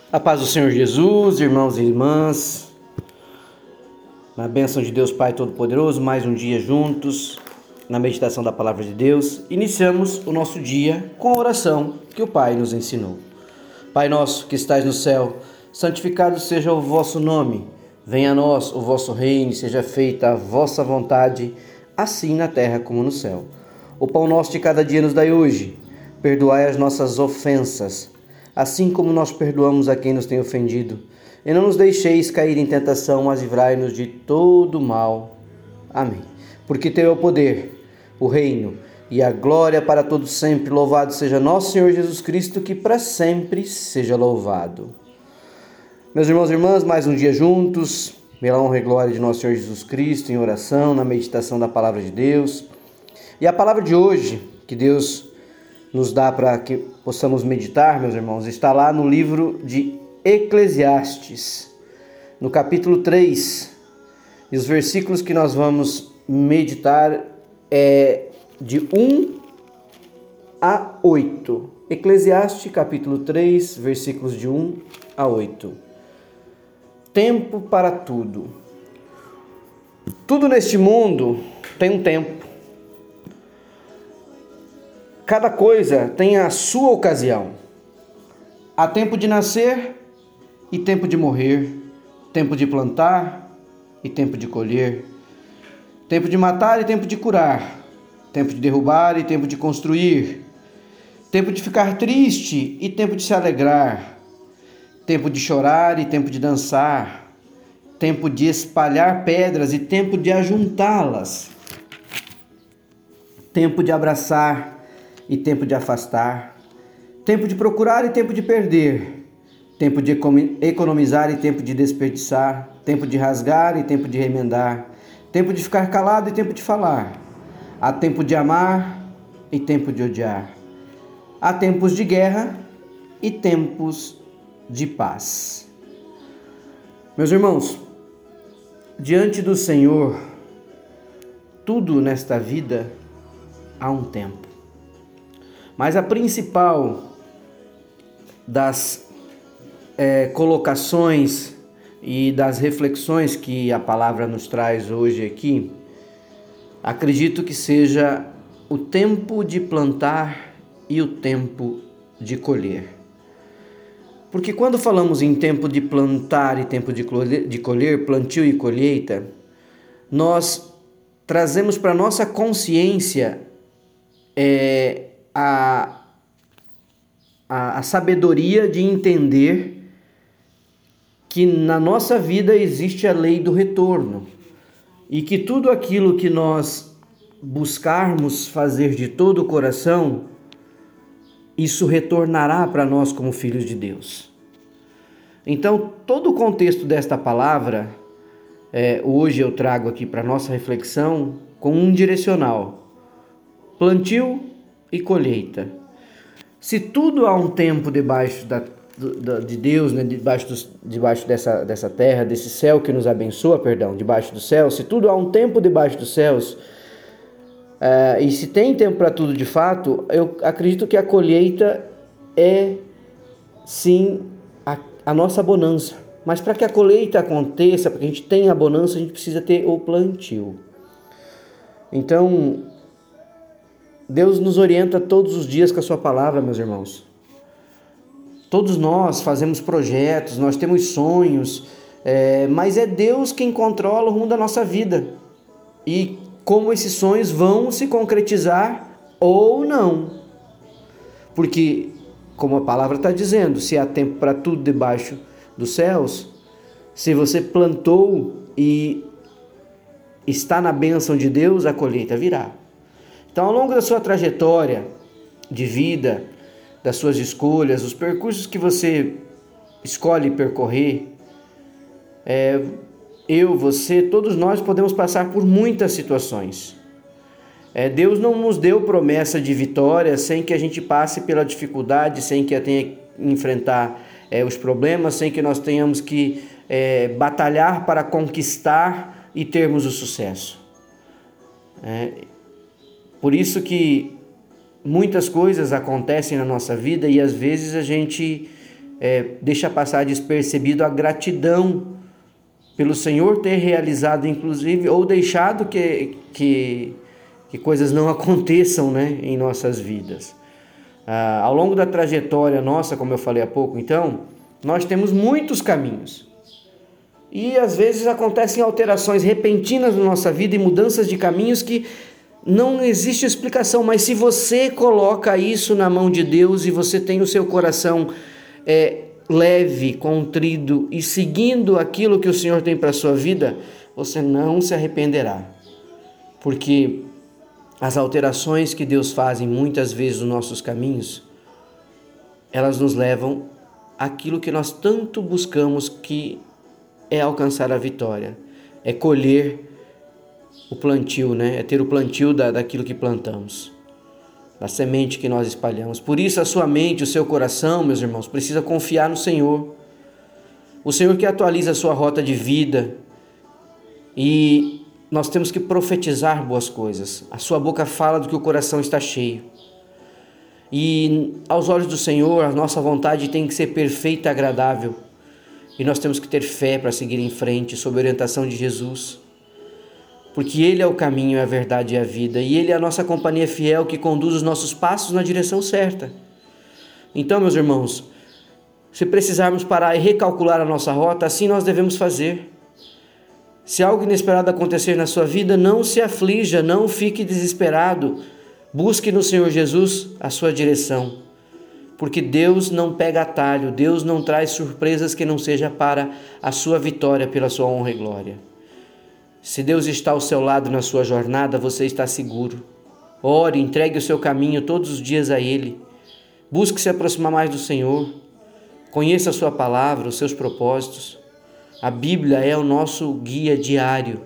A paz do Senhor Jesus, irmãos e irmãs, na bênção de Deus Pai Todo-Poderoso, mais um dia juntos, na meditação da Palavra de Deus, iniciamos o nosso dia com a oração que o Pai nos ensinou. Pai nosso que estais no céu, santificado seja o vosso nome, venha a nós o vosso reino, seja feita a vossa vontade, assim na terra como no céu. O pão nosso de cada dia nos dai hoje, perdoai as nossas ofensas, assim como nós perdoamos a quem nos tem ofendido. E não nos deixeis cair em tentação, mas livrai-nos de todo mal. Amém. Porque teu é o poder, o reino e a glória para todos sempre. Louvado seja nosso Senhor Jesus Cristo, que para sempre seja louvado. Meus irmãos e irmãs, mais um dia juntos, pela honra e glória de nosso Senhor Jesus Cristo, em oração, na meditação da Palavra de Deus. E a palavra de hoje, que Deus nos dá para que possamos meditar, meus irmãos, está lá no livro de Eclesiastes, no capítulo 3, e os versículos que nós vamos meditar é de 1 a 8. Eclesiastes, capítulo 3, versículos de 1 a 8. Tempo para tudo. Tudo neste mundo tem um tempo. Cada coisa tem a sua ocasião. Há tempo de nascer e tempo de morrer, tempo de plantar e tempo de colher, tempo de matar e tempo de curar, tempo de derrubar e tempo de construir, tempo de ficar triste e tempo de se alegrar, tempo de chorar e tempo de dançar, tempo de espalhar pedras e tempo de ajuntá-las, tempo de abraçar e tempo de afastar, tempo de procurar e tempo de perder, tempo de economizar e tempo de desperdiçar, tempo de rasgar e tempo de remendar, tempo de ficar calado e tempo de falar. Há tempo de amar e tempo de odiar. Há tempos de guerra e tempos de paz. Meus irmãos, diante do Senhor, tudo nesta vida há um tempo. Mas a principal das colocações e das reflexões que a palavra nos traz hoje aqui, acredito que seja o tempo de plantar e o tempo de colher. Porque quando falamos em tempo de plantar e tempo de colher, plantio e colheita, nós trazemos para nossa consciência a sabedoria de entender que na nossa vida existe a lei do retorno e que tudo aquilo que nós buscarmos fazer de todo o coração, isso retornará para nós como filhos de Deus. Então, todo o contexto desta palavra, hoje eu trago aqui para nossa reflexão com um direcional: plantio e colheita. Se tudo há um tempo debaixo de Deus, né, debaixo dessa terra, desse céu que nos abençoa, debaixo do céu, se tudo há um tempo debaixo dos céus, e se tem tempo para tudo de fato, eu acredito que a colheita é sim a nossa bonança. Mas para que a colheita aconteça, para que a gente tenha a bonança, a gente precisa ter o plantio. Então, Deus nos orienta todos os dias com a sua palavra, meus irmãos. Todos nós fazemos projetos, nós temos sonhos, mas é Deus quem controla o rumo da nossa vida. E como esses sonhos vão se concretizar ou não. Porque, como a palavra está dizendo, se há tempo para tudo debaixo dos céus, se você plantou e está na bênção de Deus, a colheita virá. Então, ao longo da sua trajetória de vida, das suas escolhas, os percursos que você escolhe percorrer, você, todos nós podemos passar por muitas situações. Deus não nos deu promessa de vitória sem que a gente passe pela dificuldade, sem que tenha que enfrentar os problemas, sem que nós tenhamos que batalhar para conquistar e termos o sucesso. Por isso que muitas coisas acontecem na nossa vida e às vezes a gente deixa passar despercebido a gratidão pelo Senhor ter realizado, inclusive, ou deixado que coisas não aconteçam, né, em nossas vidas. Ao longo da trajetória nossa, como eu falei há pouco, então, nós temos muitos caminhos. E às vezes acontecem alterações repentinas na nossa vida e mudanças de caminhos que não existe explicação. Mas se você coloca isso na mão de Deus e você tem o seu coração leve, contrido e seguindo aquilo que o Senhor tem para a sua vida, você não se arrependerá. Porque as alterações que Deus faz muitas vezes nos nossos caminhos, elas nos levam àquilo que nós tanto buscamos, que é alcançar a vitória, é colher o plantio, né? É ter o plantio daquilo que plantamos, da semente que nós espalhamos. Por isso a sua mente, o seu coração, meus irmãos, precisa confiar no Senhor. O Senhor que atualiza a sua rota de vida, e nós temos que profetizar boas coisas. A sua boca fala do que o coração está cheio. E aos olhos do Senhor, a nossa vontade tem que ser perfeita e agradável. E nós temos que ter fé para seguir em frente, sob a orientação de Jesus. Porque Ele é o caminho, a verdade e a vida. E Ele é a nossa companhia fiel que conduz os nossos passos na direção certa. Então, meus irmãos, se precisarmos parar e recalcular a nossa rota, assim nós devemos fazer. Se algo inesperado acontecer na sua vida, não se aflija, não fique desesperado. Busque no Senhor Jesus a sua direção. Porque Deus não pega atalho, Deus não traz surpresas que não seja para a sua vitória, pela sua honra e glória. Se Deus está ao seu lado na sua jornada, você está seguro. Ore, entregue o seu caminho todos os dias a Ele. Busque se aproximar mais do Senhor. Conheça a sua palavra, os seus propósitos. A Bíblia é o nosso guia diário.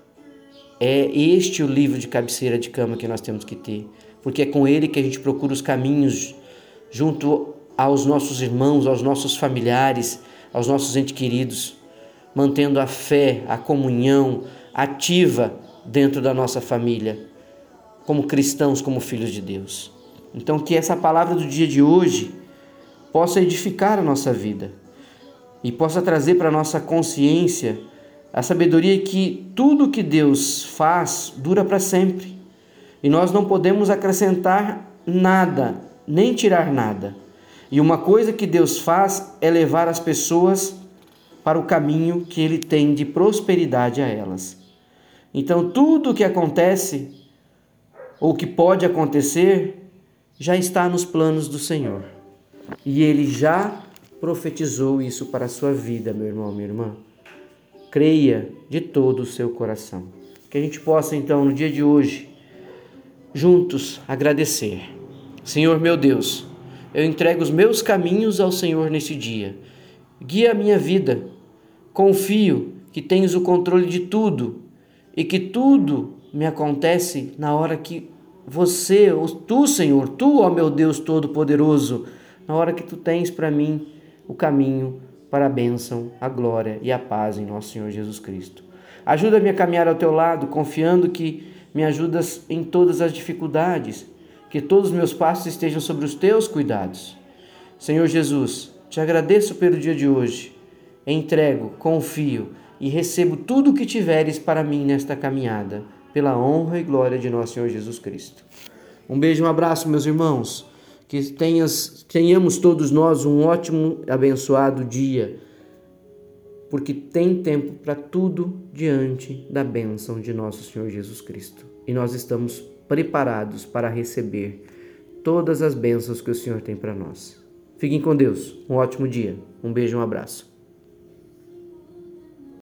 É este o livro de cabeceira de cama que nós temos que ter. Porque é com ele que a gente procura os caminhos junto aos nossos irmãos, aos nossos familiares, aos nossos entes queridos, mantendo a fé, a comunhão ativa dentro da nossa família, como cristãos, como filhos de Deus. Então, que essa palavra do dia de hoje possa edificar a nossa vida e possa trazer para a nossa consciência a sabedoria que tudo que Deus faz dura para sempre. E nós não podemos acrescentar nada, nem tirar nada. E uma coisa que Deus faz é levar as pessoas para o caminho que Ele tem de prosperidade a elas. Então, tudo o que acontece, ou que pode acontecer, já está nos planos do Senhor. E Ele já profetizou isso para a sua vida, meu irmão, minha irmã. Creia de todo o seu coração. Que a gente possa, então, no dia de hoje, juntos agradecer. Senhor meu Deus, eu entrego os meus caminhos ao Senhor nesse dia. Guia a minha vida. Confio que tens o controle de tudo e que tudo me acontece na hora que você, ou tu, Senhor, tu, ó meu Deus Todo-Poderoso, na hora que tu tens para mim o caminho para a bênção, a glória e a paz em nosso Senhor Jesus Cristo. Ajuda-me a caminhar ao teu lado, confiando que me ajudas em todas as dificuldades, que todos os meus passos estejam sobre os teus cuidados. Senhor Jesus, te agradeço pelo dia de hoje. Entrego, confio e recebo tudo o que tiveres para mim nesta caminhada, pela honra e glória de nosso Senhor Jesus Cristo. Um beijo, um abraço, meus irmãos. Que tenhamos todos nós um ótimo, abençoado dia, porque tem tempo para tudo diante da bênção de nosso Senhor Jesus Cristo. E nós estamos preparados para receber todas as bênçãos que o Senhor tem para nós. Fiquem com Deus. Um ótimo dia. Um beijo, um abraço.